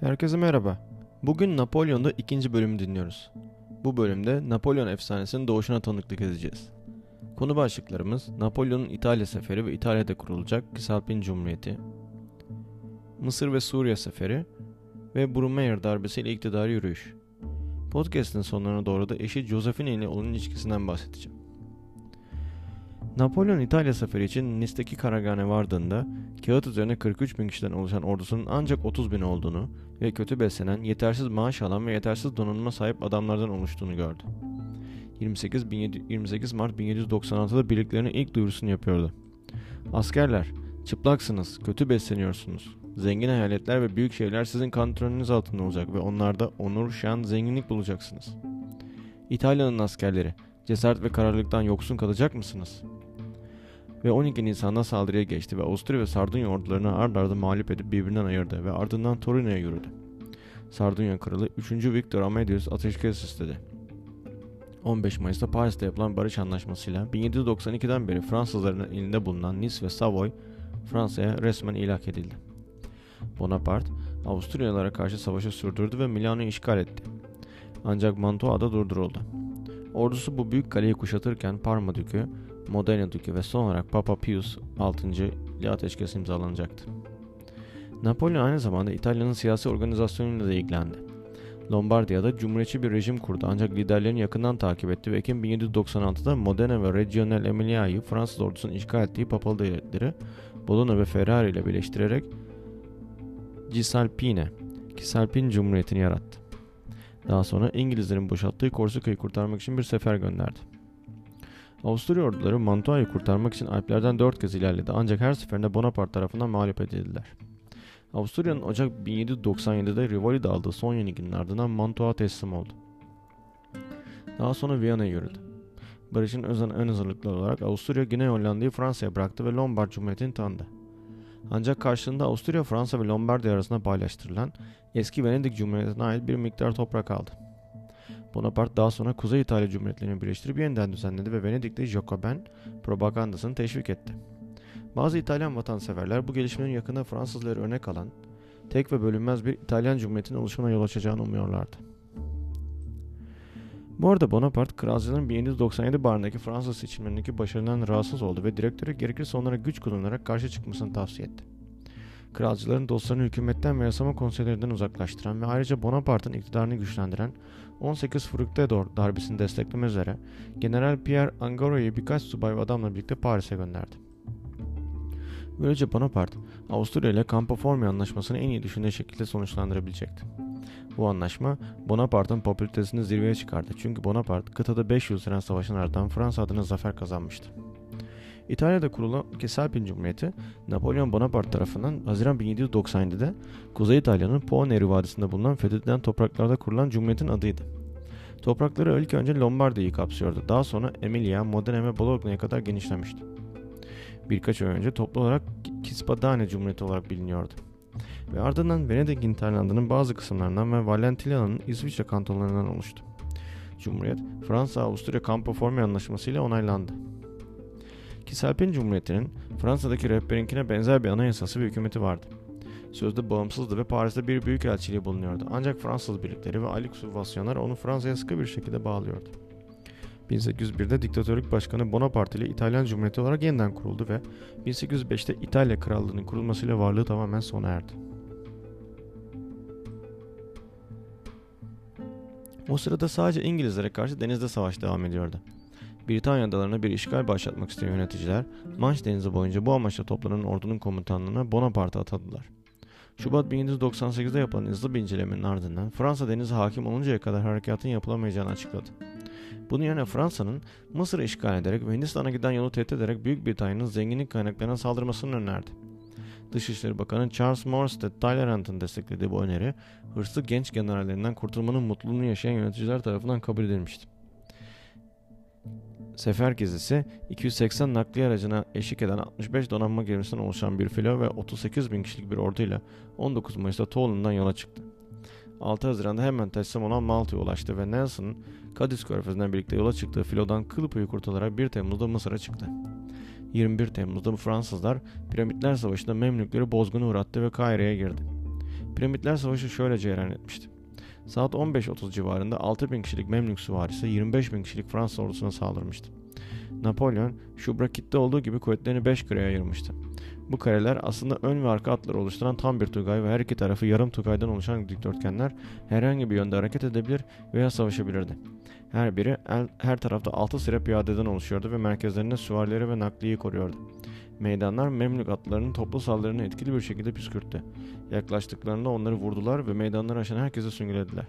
Herkese merhaba. Bugün Napolyon'da ikinci bölümü dinliyoruz. Bu bölümde Napolyon efsanesinin doğuşuna tanıklık edeceğiz. Konu başlıklarımız Napolyon'un İtalya seferi ve İtalya'da kurulacak Cisalpin Cumhuriyeti, Mısır ve Suriye seferi ve Brumaire darbesiyle iktidara yürüyüş. Podcast'ın sonlarına doğru da eşi Josephine ile onun ilişkisinden bahsedeceğim. Napolyon İtalya seferi için Nice'deki karargâhına vardığında kağıt üzerine 43 bin kişiden oluşan ordusunun ancak 30 bin olduğunu ve kötü beslenen, yetersiz maaş alan ve yetersiz donanıma sahip adamlardan oluştuğunu gördü. 28 Mart 1796'da birliklerine ilk duyurusunu yapıyordu. Askerler, çıplaksınız, kötü besleniyorsunuz. Zengin eyaletler ve büyük şehirler sizin kontrolünüz altında olacak ve onlarda onur, şan, zenginlik bulacaksınız. İtalya'nın askerleri, cesaret ve kararlılıktan yoksun kalacak mısınız? Ve 12 Nisan'da saldırıya geçti ve Avusturya ve Sardunya ordularını ard arda mağlup edip birbirinden ayırdı ve ardından Torino'ya yürüdü. Sardunya kralı 3. Victor Amadeus ateşkes istedi. 15 Mayıs'ta Paris'te yapılan barış anlaşmasıyla 1792'den beri Fransızların elinde bulunan Nice ve Savoy Fransa'ya resmen ilhak edildi. Bonaparte, Avusturyalılara karşı savaşı sürdürdü ve Milano'yu işgal etti. Ancak Mantua'da durduruldu. Ordusu bu büyük kaleyi kuşatırken Parma Dükü, Modena Dükü ve son olarak Papa Pius VI ile ateşkes imzalanacaktı. Napolyon aynı zamanda İtalya'nın siyasi organizasyonuyla da ilgilendi. Lombardiya'da cumhuriyetçi bir rejim kurdu ancak liderlerini yakından takip etti ve Ekim 1796'da Modena ve Reggio nell'Emilia'yı Fransız ordusunun işgal ettiği papal devletleri Bologna ve Ferrara ile birleştirerek Cisalpin Cumhuriyeti'ni yarattı. Daha sonra İngilizlerin boşalttığı Korsika'yı kurtarmak için bir sefer gönderdi. Avusturya orduları Mantua'yı kurtarmak için Alplerden 4 kez ilerledi ancak her seferinde Bonaparte tarafından mağlup edildiler. Avusturya'nın Ocak 1797'de Rivoli'de aldığı son yenilginin ardından Mantua teslim oldu. Daha sonra Viyana'ya yürüdü. Barış'ın ön hazırlıkları olarak Avusturya Güney Hollanda'yı Fransa'ya bıraktı ve Lombard Cumhuriyeti'ni tanıdı. Ancak karşılığında Avusturya, Fransa ve Lombardiya arasında paylaştırılan eski Venedik Cumhuriyeti'ne ait bir miktar toprak aldı. Bonaparte daha sonra Kuzey İtalya Cumhuriyetlerini birleştirip yeniden düzenledi ve Venedik'te Jacobin propagandasını teşvik etti. Bazı İtalyan vatanseverler bu gelişmenin yakında Fransızları örnek alan, tek ve bölünmez bir İtalyan Cumhuriyeti'nin oluşumuna yol açacağını umuyorlardı. Bu arada Bonaparte, kralcılığın 1797 baharındaki Fransız seçimlerindeki başarılarından rahatsız oldu ve direktöre gerekirse onlara güç kullanarak karşı çıkmasını tavsiye etti. Kralcıların dostlarını hükümetten ve yasama konseylerinden uzaklaştıran ve ayrıca Bonaparte'ın iktidarını güçlendiren 18 Fructidor darbesini desteklemek üzere General Pierre Angoura'yı birkaç subay ve adamla birlikte Paris'e gönderdi. Böylece Bonaparte, Avusturya ile Campo Formio anlaşmasını en iyi düşündüğü şekilde sonuçlandırabilecekti. Bu anlaşma Bonaparte'ın popülaritesini zirveye çıkardı çünkü Bonaparte kıtada 5 yıl süren savaşın ardından Fransa adına zafer kazanmıştı. İtalya'da kurulan Cisalpin Cumhuriyeti, Napolyon Bonaparte tarafından Haziran 1797'de Kuzey İtalya'nın Po Nehri Vadisi'nde bulunan fethedilen topraklarda kurulan cumhuriyetin adıydı. Toprakları ilk önce Lombardiya'yı kapsıyordu. Daha sonra Emilia, Modena ve Bologna'ya kadar genişlemişti. Birkaç ay önce toplu olarak Cispadane Cumhuriyeti olarak biliniyordu. Ve ardından Venedik hinterlandının bazı kısımlarından ve Valentinia'nın İsviçre kantonlarından oluştu. Cumhuriyet, Fransa-Avusturya Campo Formio anlaşması ile onaylandı. Cisalpin Cumhuriyeti'nin Fransa'daki rehberinkine benzer bir anayasası ve hükümeti vardı. Sözde bağımsızdı ve Paris'te bir büyükelçiliği bulunuyordu. Ancak Fransız birlikleri ve aylık sübvansiyonlar onu Fransa'ya sıkı bir şekilde bağlıyordu. 1801'de diktatörlük başkanı Bonaparte ile İtalyan Cumhuriyeti olarak yeniden kuruldu ve 1805'te İtalya Krallığı'nın kurulmasıyla varlığı tamamen sona erdi. O sırada sadece İngilizlere karşı denizde savaş devam ediyordu. Britanya adalarına bir işgal başlatmak isteyen yöneticiler, Manş Denizi boyunca bu amaçla toplanan ordunun komutanlığına Bonaparte'ı atadılar. Şubat 1798'de yapılan hızlı bir incelemenin ardından Fransa denize hakim oluncaya kadar harekatın yapılamayacağını açıkladı. Bunun yerine Fransa'nın Mısır'ı işgal ederek ve Hindistan'a giden yolu tehdit ederek Büyük Britanya'nın zenginlik kaynaklarına saldırmasını önerdi. Dışişleri Bakanı Charles Morstead Talleyrand'ın desteklediği bu öneri, hırslı genç generallerinden kurtulmanın mutluluğunu yaşayan yöneticiler tarafından kabul edilmişti. Sefer gezisi 280 nakliye aracına eşlik eden 65 donanma gemisinden oluşan bir filo ve 38 bin kişilik bir orduyla 19 Mayıs'ta Toulon'dan yola çıktı. 6 Haziran'da hemen teslim olan Malta'ya ulaştı ve Nelson'ın Cadiz Körfezi'nden birlikte yola çıktığı filodan kıl payı kurtularak 1 Temmuz'da Mısır'a çıktı. 21 Temmuz'da Fransızlar Piramitler Savaşı'nda Memlükleri bozguna uğrattı ve Kahire'ye girdi. Piramitler Savaşı şöyle cereyan etmişti. Saat 15.30 civarında 6.000 kişilik Memlük süvarisi 25.000 kişilik Fransız ordusuna saldırmıştı. Napolyon, Şubrakit'te olduğu gibi kuvvetlerini 5 kareye ayırmıştı. Bu kareler aslında ön ve arka hatları oluşturan tam bir tugay ve her iki tarafı yarım tugaydan oluşan dikdörtgenler herhangi bir yönde hareket edebilir veya savaşabilirdi. Her biri her tarafta 6 sıra piyadeden oluşuyordu ve merkezlerinde süvarileri ve nakliyeyi koruyordu. Meydanlar Memlük atlarının toplu saldırını etkili bir şekilde püskürttü. Yaklaştıklarında onları vurdular ve meydanları aşan herkese süngülediler.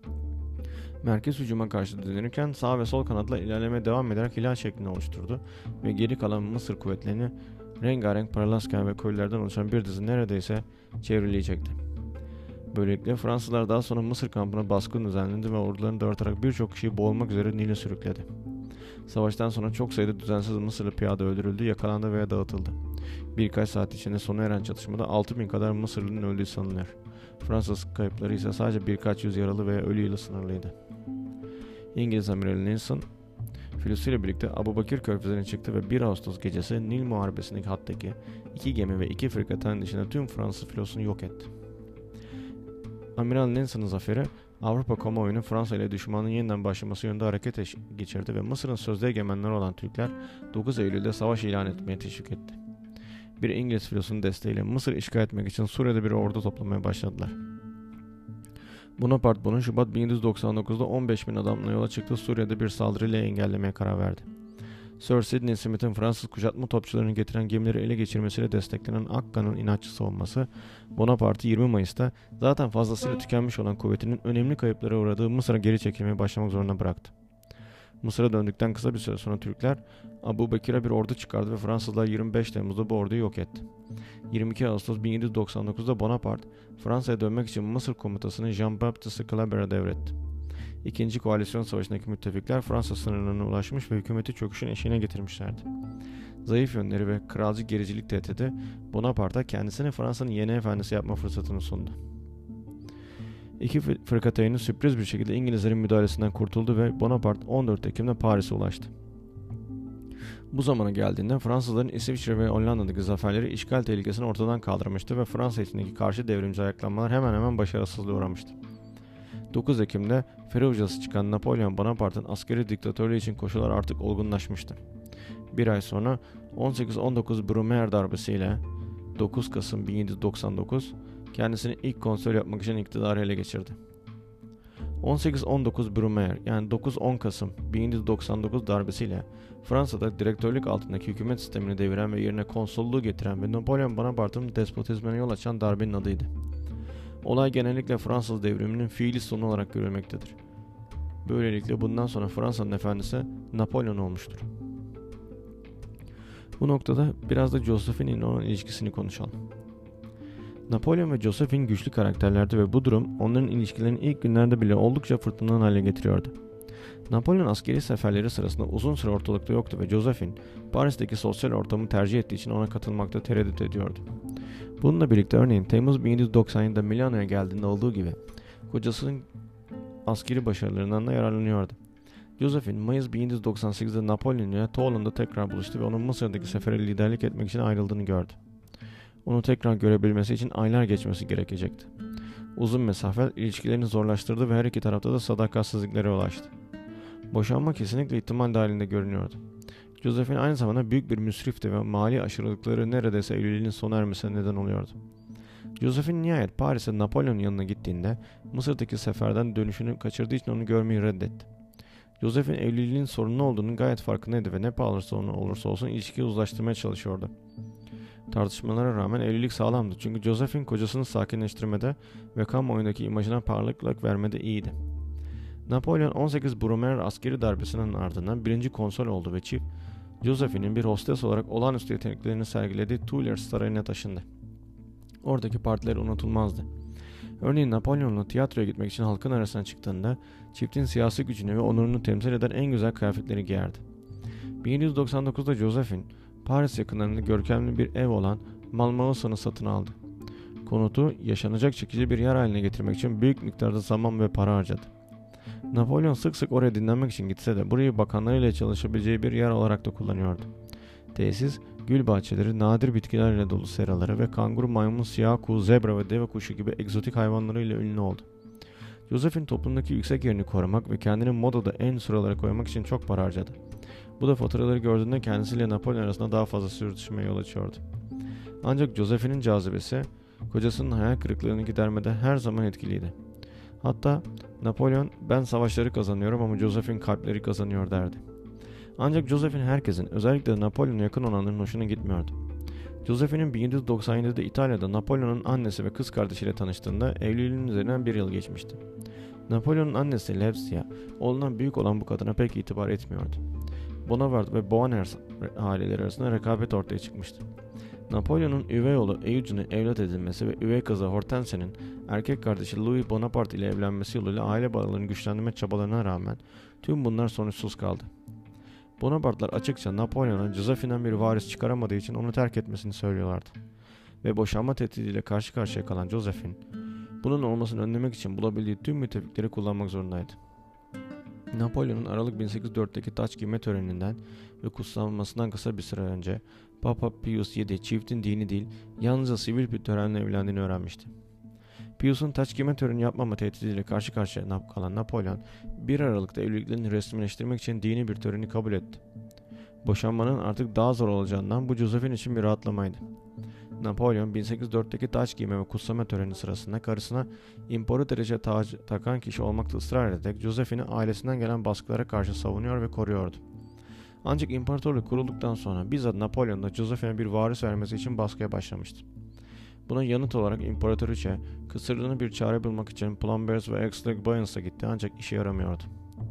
Merkez hücuma karşı direnirken sağ ve sol kanatla ilerlemeye devam ederek hilal şeklini oluşturdu ve geri kalan Mısır kuvvetlerini rengarenk paralasker ve köylerden oluşan bir dizi neredeyse çevreleyecekti. Böylelikle Fransızlar daha sonra Mısır kampına baskın düzenledi ve ordularını dağıtarak birçok kişiyi boğulmak üzere Nil'e sürükledi. Savaştan sonra çok sayıda düzensiz Mısırlı piyade öldürüldü, yakalandı veya dağıtıldı. Birkaç saat içinde sona eren çatışmada 6.000 kadar Mısırlı'nın öldüğü sanılıyor. Fransız kayıpları ise sadece birkaç yüz yaralı veya ölüyle sınırlıydı. İngiliz Amiral Nelson, filosuyla birlikte Abubakir Körfezi'ne çıktı ve 1 Ağustos gecesi Nil Muharebesi'ndeki hattaki 2 gemi ve 2 frikaten dışında tüm Fransız filosunu yok etti. Amiral Nelson'ın zaferi Avrupa kamuoyunu Fransa ile düşmanın yeniden başlaması yönünde harekete geçirdi ve Mısır'ın sözde egemenleri olan Türkler 9 Eylül'de savaş ilan etmeye teşvik etti. Bir İngiliz filosunun desteğiyle Mısır işgal etmek için Suriye'de bir ordu toplamaya başladılar. Bonaparte bunu Şubat 1799'da 15.000 adamla yola çıktı, Suriye'de bir saldırıyla engellemeye karar verdi. Sir Sidney Smith'in Fransız kuşatma topçularını getiren gemileri ele geçirmesiyle desteklenen Akka'nın inatçı savunması, Bonaparte'ı 20 Mayıs'ta zaten fazlasıyla tükenmiş olan kuvvetinin önemli kayıplara uğradığı Mısır'a geri çekilmeye başlamak zorunda bıraktı. Mısır'a döndükten kısa bir süre sonra Türkler Abubekir'e bir ordu çıkardı ve Fransızlar 25 Temmuz'da bu orduyu yok etti. 22 Ağustos 1799'da Bonaparte, Fransa'ya dönmek için Mısır komutasını Jean-Baptiste Kleber'e devretti. İkinci Koalisyon Savaşı'ndaki müttefikler Fransa sınırlarına ulaşmış ve hükümeti çöküşün eşiğine getirmişlerdi. Zayıf yönleri ve kralcı gericilik tehdidi Bonaparte'a kendisini Fransa'nın yeni efendisi yapma fırsatını sundu. İki fırkateyni sürpriz bir şekilde İngilizlerin müdahalesinden kurtuldu ve Bonaparte 14 Ekim'de Paris'e ulaştı. Bu zamana geldiğinde Fransızların İsviçre ve Hollanda'daki zaferleri işgal tehlikesini ortadan kaldırmıştı ve Fransa içindeki karşı devrimci ayaklanmalar hemen hemen başarısızlığa uğramıştı. 9 Ekim'de Feruja'sı çıkan Napolyon Bonaparte'ın askeri diktatörlüğü için koşullar artık olgunlaşmıştı. Bir ay sonra 18-19 Brumaire darbesiyle 9 Kasım 1799 kendisini ilk konsol yapmak için iktidarı ele geçirdi. 18-19 Brumaire yani 9-10 Kasım 1799 darbesiyle Fransa'da direktörlük altındaki hükümet sistemini deviren ve yerine konsolluğu getiren ve Napolyon Bonaparte'ın despotizmine yol açan darbenin adıydı. Olay genellikle Fransız devriminin fiili sonu olarak görülmektedir. Böylelikle bundan sonra Fransa'nın efendisi Napolyon olmuştur. Bu noktada biraz da Josephine ile olan ilişkisini konuşalım. Napolyon ve Josephine güçlü karakterlerdi ve bu durum onların ilişkilerini ilk günlerde bile oldukça fırtınalı hale getiriyordu. Napolyon askeri seferleri sırasında uzun süre ortalıkta yoktu ve Josephine Paris'teki sosyal ortamı tercih ettiği için ona katılmakta tereddüt ediyordu. Bununla birlikte örneğin Temmuz 1797'de Milano'ya geldiğinde olduğu gibi kocasının askeri başarılarından da yararlanıyordu. Josephine Mayıs 1798'de Napolyon ile Toulon'da tekrar buluştu ve onun Mısır'daki sefere liderlik etmek için ayrıldığını gördü. Onu tekrar görebilmesi için aylar geçmesi gerekecekti. Uzun mesafe ilişkilerini zorlaştırdı ve her iki tarafta da sadakatsizliklere ulaştı. Boşanma kesinlikle ihtimal dahilinde görünüyordu. Josephine aynı zamanda büyük bir müsrifti ve mali aşırılıkları neredeyse evliliğinin sona ermesine neden oluyordu. Josephine nihayet Paris'e Napolyon'un yanına gittiğinde Mısır'daki seferden dönüşünü kaçırdığı için onu görmeyi reddetti. Josephine evliliğin sorunlu olduğunu gayet farkındaydı ve ne olursa olsun ilişkiyi uzlaştırmaya çalışıyordu. Tartışmalara rağmen evlilik sağlamdı çünkü Josephine kocasını sakinleştirmede ve kamuoyundaki imajına parlaklık vermede iyiydi. Napolyon 18 Brumaire askeri darbesinin ardından 1. konsol oldu ve çift Josephine'in bir hostes olarak olağanüstü yeteneklerini sergilediği Tuileries Sarayı'na taşındı. Oradaki partiler unutulmazdı. Örneğin Napolyon'la tiyatroya gitmek için halkın arasına çıktığında çiftin siyasi gücünü ve onurunu temsil eden en güzel kıyafetleri giyerdi. 1799'da Josephine, Paris yakınlarında görkemli bir ev olan Malmaison'u satın aldı. Konutu yaşanacak çekici bir yer haline getirmek için büyük miktarda zaman ve para harcadı. Napolyon sık sık oraya dinlenmek için gitse de burayı bakanlarıyla çalışabileceği bir yer olarak da kullanıyordu. Tesis, gül bahçeleri, nadir bitkilerle dolu seraları ve kanguru, maymun, siyah kuğu, zebra ve deve kuşu gibi egzotik hayvanlarıyla ünlü oldu. Josephine toplumdaki yüksek yerini korumak ve kendini modada en sıralara koymak için çok para harcadı. Bu da faturaları gördüğünde kendisiyle Napolyon arasında daha fazla sürtüşmeye yol açıyordu. Ancak Josephine'in cazibesi kocasının hayal kırıklığını gidermede her zaman etkiliydi. Hatta Napolyon, "Ben savaşları kazanıyorum ama Josephine kalpleri kazanıyor" derdi. Ancak Josephine herkesin, özellikle de Napolyon'a yakın olanların hoşuna gitmiyordu. Josephine'in 1797'de İtalya'da Napolyon'un annesi ve kız kardeşiyle tanıştığında evliliğinin üzerinden bir yıl geçmişti. Napolyon'un annesi Levsia, oğlundan büyük olan bu kadına pek itibar etmiyordu. Bonaparte ve Beauharnais aileleri arasında rekabet ortaya çıkmıştı. Napolyon'un üvey oğlu Eugene'in evlat edinmesi ve üvey kızı Hortense'nin erkek kardeşi Louis Bonaparte ile evlenmesi yoluyla aile bağlarını güçlendirme çabalarına rağmen tüm bunlar sonuçsuz kaldı. Bonaparte'lar açıkça Napolyon'a Josephine'den bir varis çıkaramadığı için onu terk etmesini söylüyorlardı. Ve boşanma tehdidiyle karşı karşıya kalan Josephine, bunun olmasını önlemek için bulabildiği tüm müttefikleri kullanmak zorundaydı. Napolyon'un Aralık 1804'teki taç giyme töreninden ve kutsanmasından kısa bir süre önce Papa Pius VII çiftin dini değil, yalnızca sivil bir törenle evlendiğini öğrenmişti. Pius'un taç giyme töreni yapmama tehdidiyle karşı karşıya kalan Napolyon, 1 Aralık'ta evliliklerini resmileştirmek için dini bir töreni kabul etti. Boşanmanın artık daha zor olacağından bu Josephine için bir rahatlamaydı. Napolyon 1804'teki taç giyme ve kutsama töreni sırasında karısına imparatoriçe tacı takan kişi olmakta ısrar ederek Josephine'i ailesinden gelen baskılara karşı savunuyor ve koruyordu. Ancak imparatorluk kurulduktan sonra bizzat Napolyon da Josephine'e bir varis vermesi için baskıya başlamıştı. Buna yanıt olarak imparatoriçe kısırlığına bir çare bulmak için Plumbers ve Aix-les-Bains gitti ancak işe yaramıyordu.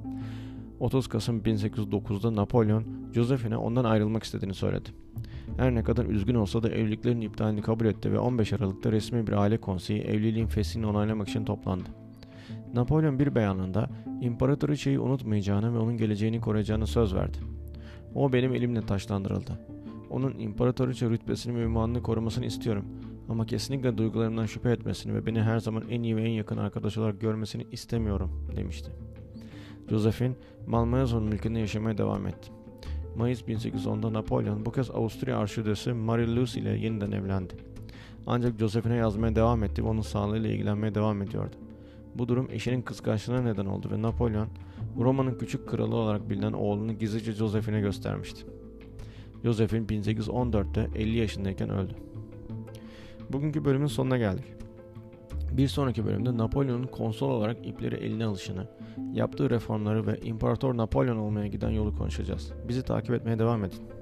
30 Kasım 1809'da Napolyon, Josephine'e ondan ayrılmak istediğini söyledi. Her ne kadar üzgün olsa da evliliklerin iptalini kabul etti ve 15 Aralık'ta resmi bir aile konseyi evliliğin feshini onaylamak için toplandı. Napolyon bir beyanında imparatoriçeyi unutmayacağını ve onun geleceğini koruyacağını söz verdi. "O benim elimle taşlandırıldı. Onun imparatoriçe rütbesini ve ünvanını korumasını istiyorum ama kesinlikle duygularımdan şüphe etmesini ve beni her zaman en iyi ve en yakın arkadaş olarak görmesini istemiyorum" demişti. Josephine, Malmaison mülkünde yaşamaya devam etti. Mayıs 1810'da Napolyon bu kez Avusturya Arşidüsü Marie-Louise ile yeniden evlendi. Ancak Josephine'e yazmaya devam etti ve onun sağlığıyla ilgilenmeye devam ediyordu. Bu durum eşinin kıskançlığına neden oldu ve Napolyon, Roma'nın küçük kralı olarak bilinen oğlunu gizlice Josephine'e göstermişti. Josephine 1814'te 50 yaşındayken öldü. Bugünkü bölümün sonuna geldik. Bir sonraki bölümde Napolyon'un konsol olarak ipleri eline alışını, yaptığı reformları ve İmparator Napolyon olmaya giden yolu konuşacağız. Bizi takip etmeye devam edin.